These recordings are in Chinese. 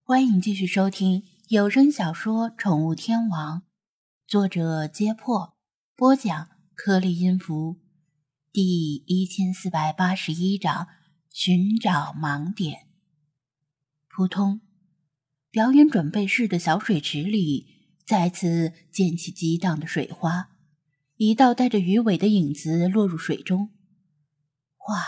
欢迎继续收听有声小说《宠物天王》，作者揭破，播讲颗粒音符，第1481章寻找盲点。扑通，表演准备室的小水池里再次溅起激荡的水花，一道带着鱼尾的影子落入水中。哗！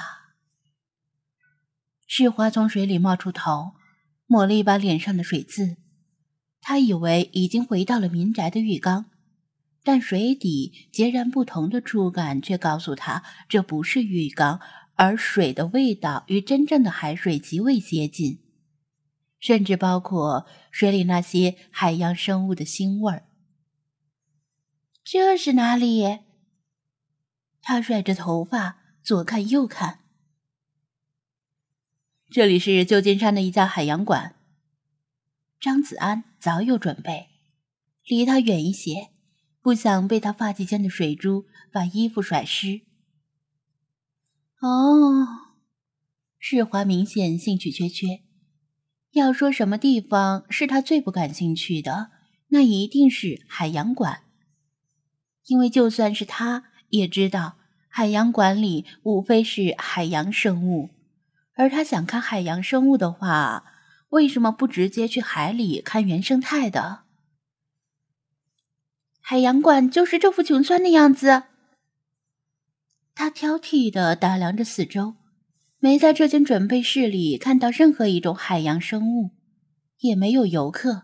世华从水里冒出头，抹了一把脸上的水渍。他以为已经回到了民宅的浴缸，但水底截然不同的触感却告诉他，这不是浴缸，而水的味道与真正的海水极为接近，甚至包括水里那些海洋生物的腥味儿。这是哪里？他甩着头发，左看右看。这里是旧金山的一家海洋馆。张子安早有准备，离他远一些，不想被他发髻间的水珠把衣服甩湿。哦，世华明显兴趣缺缺。要说什么地方是他最不感兴趣的，那一定是海洋馆。因为就算是他也知道，海洋馆里无非是海洋生物，而他想看海洋生物的话，为什么不直接去海里看原生态的？海洋馆就是这副穷酸的样子。他挑剔地打量着四周，没在这间准备室里看到任何一种海洋生物，也没有游客。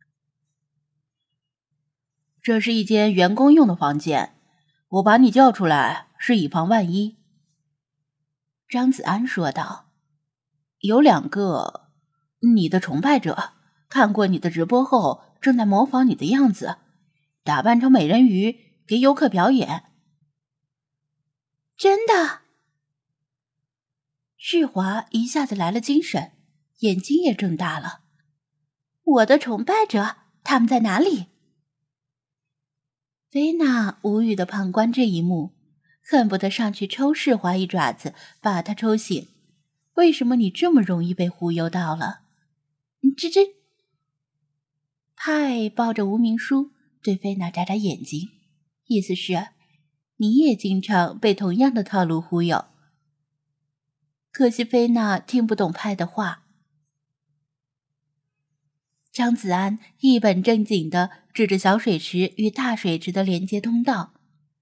这是一间员工用的房间，我把你叫出来是以防万一。张子安说道。有2个你的崇拜者看过你的直播后，正在模仿你的样子，打扮成美人鱼给游客表演。真的？世华一下子来了精神，眼睛也睁大了。我的崇拜者，他们在哪里？菲娜无语地旁观这一幕，恨不得上去抽世华一爪子，把他抽醒。为什么你这么容易被忽悠到了？吱吱。派抱着无名书对菲娜眨眨眼睛，意思是你也经常被同样的套路忽悠。可惜菲娜听不懂派的话。张子安一本正经地指着小水池与大水池的连接通道。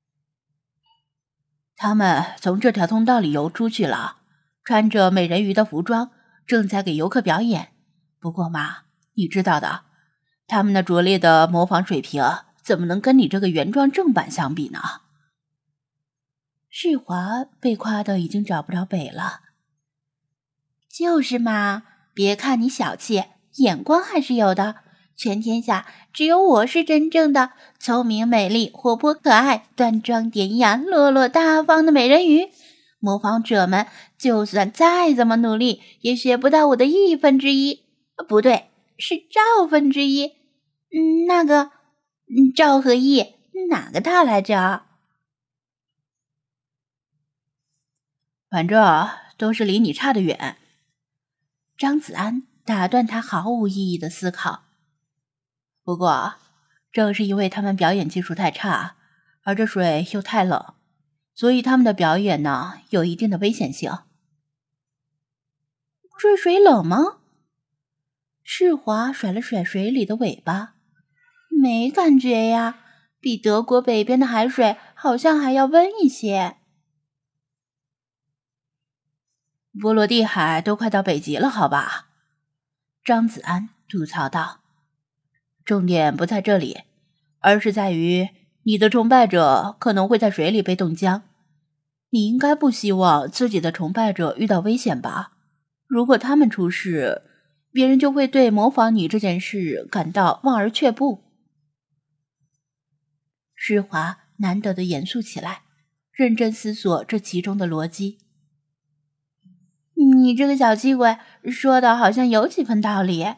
他们从这条通道里游出去了，穿着美人鱼的服装，正在给游客表演。不过嘛，你知道的，他们那拙劣的模仿水平怎么能跟你这个原装正版相比呢？世华被夸得已经找不着北了。就是嘛，别看你小气，眼光还是有的。全天下只有我是真正的聪明美丽活泼可爱端庄典雅落落大方的美人鱼，模仿者们就算再怎么努力也学不到我的1/1，不对，是1/兆。那个兆和亿哪个大来着？反正都是离你差得远。张子安打断他毫无意义的思考。不过正是因为他们表演技术太差，而这水又太冷，所以他们的表演呢，有一定的危险性。这水冷吗？世华甩了甩水里的尾巴。没感觉呀，比德国北边的海水好像还要温一些。波罗的海都快到北极了，好吧？张子安吐槽道。重点不在这里，而是在于你的崇拜者可能会在水里被冻僵。你应该不希望自己的崇拜者遇到危险吧？如果他们出事，别人就会对模仿你这件事感到望而却步。施华难得的严肃起来，认真思索这其中的逻辑。你这个小气鬼，说的好像有几分道理。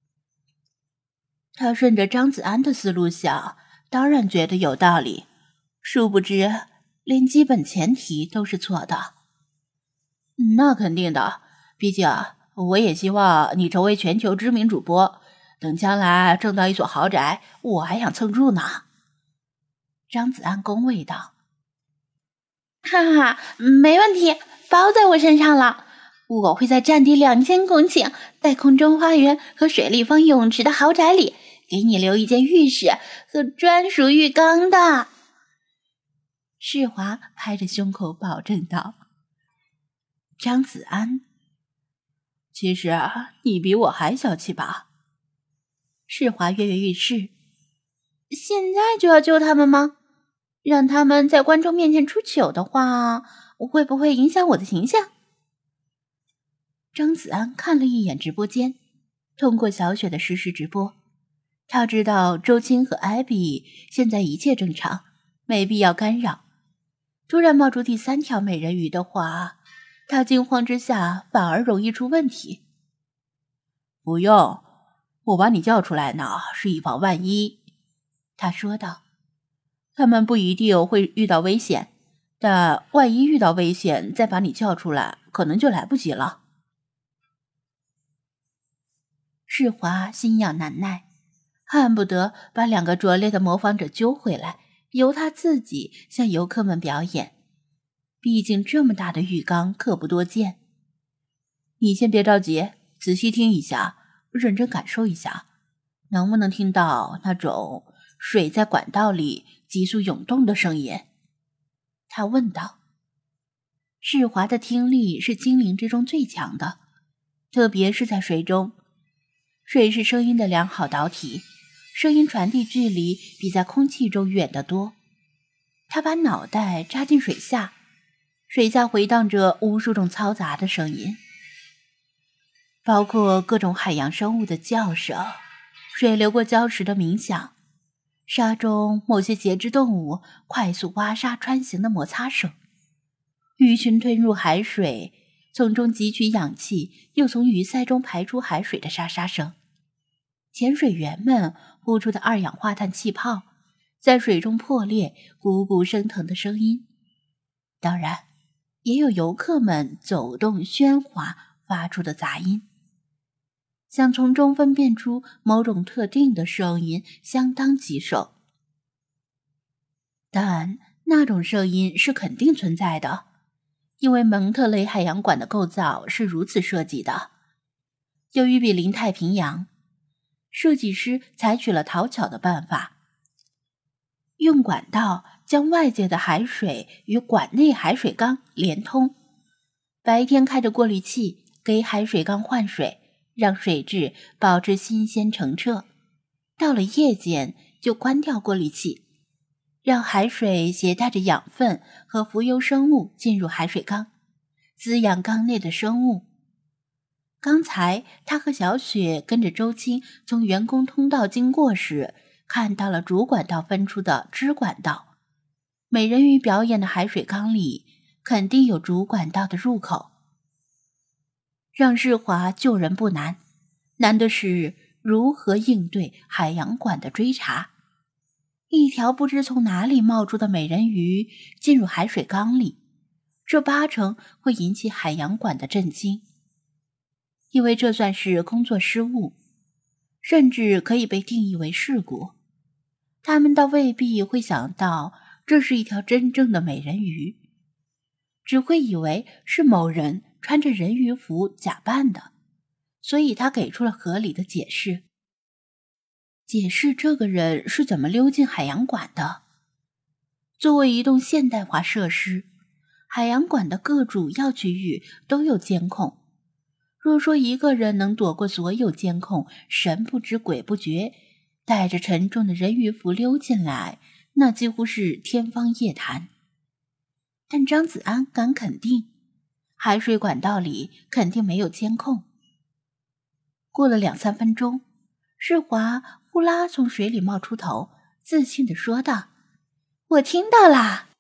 他顺着张子安的思路想，当然觉得有道理，殊不知连基本前提都是错的。那肯定的，毕竟我也希望你成为全球知名主播，等将来挣到一所豪宅，我还想蹭住呢。 张子安恭维道。哈哈，没问题，包在我身上了。我会在占地2000公顷、带空中花园和水立方泳池的豪宅里，给你留一间浴室和专属浴缸的。世华拍着胸口保证道。 张子安，其实你比我还小气吧？ 世华跃跃欲试。现在就要救他们吗？让他们在观众面前出糗的话，会不会影响我的形象？张子安看了一眼直播间，通过小雪的实时直播，他知道周青和艾比现在一切正常，没必要干扰。突然冒出第3条美人鱼的话，他惊慌之下反而容易出问题。 不用，我把你叫出来呢，是以防万一。他说道。他们不一定会遇到危险，但万一遇到危险再把你叫出来，可能就来不及了。 世华心痒难耐，恨不得把2个拙劣的模仿者揪回来，由他自己向游客们表演。毕竟这么大的浴缸可不多见。 你先别着急，仔细听一下，认真感受一下，能不能听到那种水在管道里急速涌动的声音？ 他问道。世华的听力是精灵之中最强的，特别是在水中。水是声音的良好导体，声音传递距离比在空气中远得多。他把脑袋扎进水下，水下回荡着无数种嘈杂的声音，包括各种海洋生物的叫声，水流过礁石的鸣响，沙中某些节肢动物快速挖沙穿行的摩擦声，鱼群吞入海水，从中汲取氧气，又从鱼鳃中排出海水的沙沙声，潜水员们呼出的二氧化碳气泡在水中破裂，汩汩升腾的声音。当然，也有游客们走动喧哗发出的杂音。想从中分辨出某种特定的声音相当棘手，但那种声音是肯定存在的，因为蒙特雷海洋馆的构造是如此设计的。由于比邻太平洋，设计师采取了讨巧的办法，用管道将外界的海水与馆内海水缸连通。白天开着过滤器给海水缸换水，让水质保持新鲜澄澈，到了夜间就关掉过滤器，让海水携带着养分和浮游生物进入海水缸，滋养缸内的生物。刚才他和小雪跟着周青从员工通道经过时，看到了主管道分出的支管道。美人鱼表演的海水缸里肯定有主管道的入口。让世华救人不难，难的是如何应对海洋馆的追查。一条不知从哪里冒出的美人鱼进入海水缸里，这8成会引起海洋馆的震惊，因为这算是工作失误，甚至可以被定义为事故。他们倒未必会想到这是一条真正的美人鱼，只会以为是某人穿着人鱼服假扮的，所以他给出了合理的解释。解释这个人是怎么溜进海洋馆的。作为一栋现代化设施，海洋馆的各主要区域都有监控。若说一个人能躲过所有监控，神不知鬼不觉，带着沉重的人鱼服溜进来，那几乎是天方夜谭。但张子安敢肯定，海水管道里肯定没有监控。过了2-3分钟，世华呼啦从水里冒出头，自信地说道：“我听到啦。”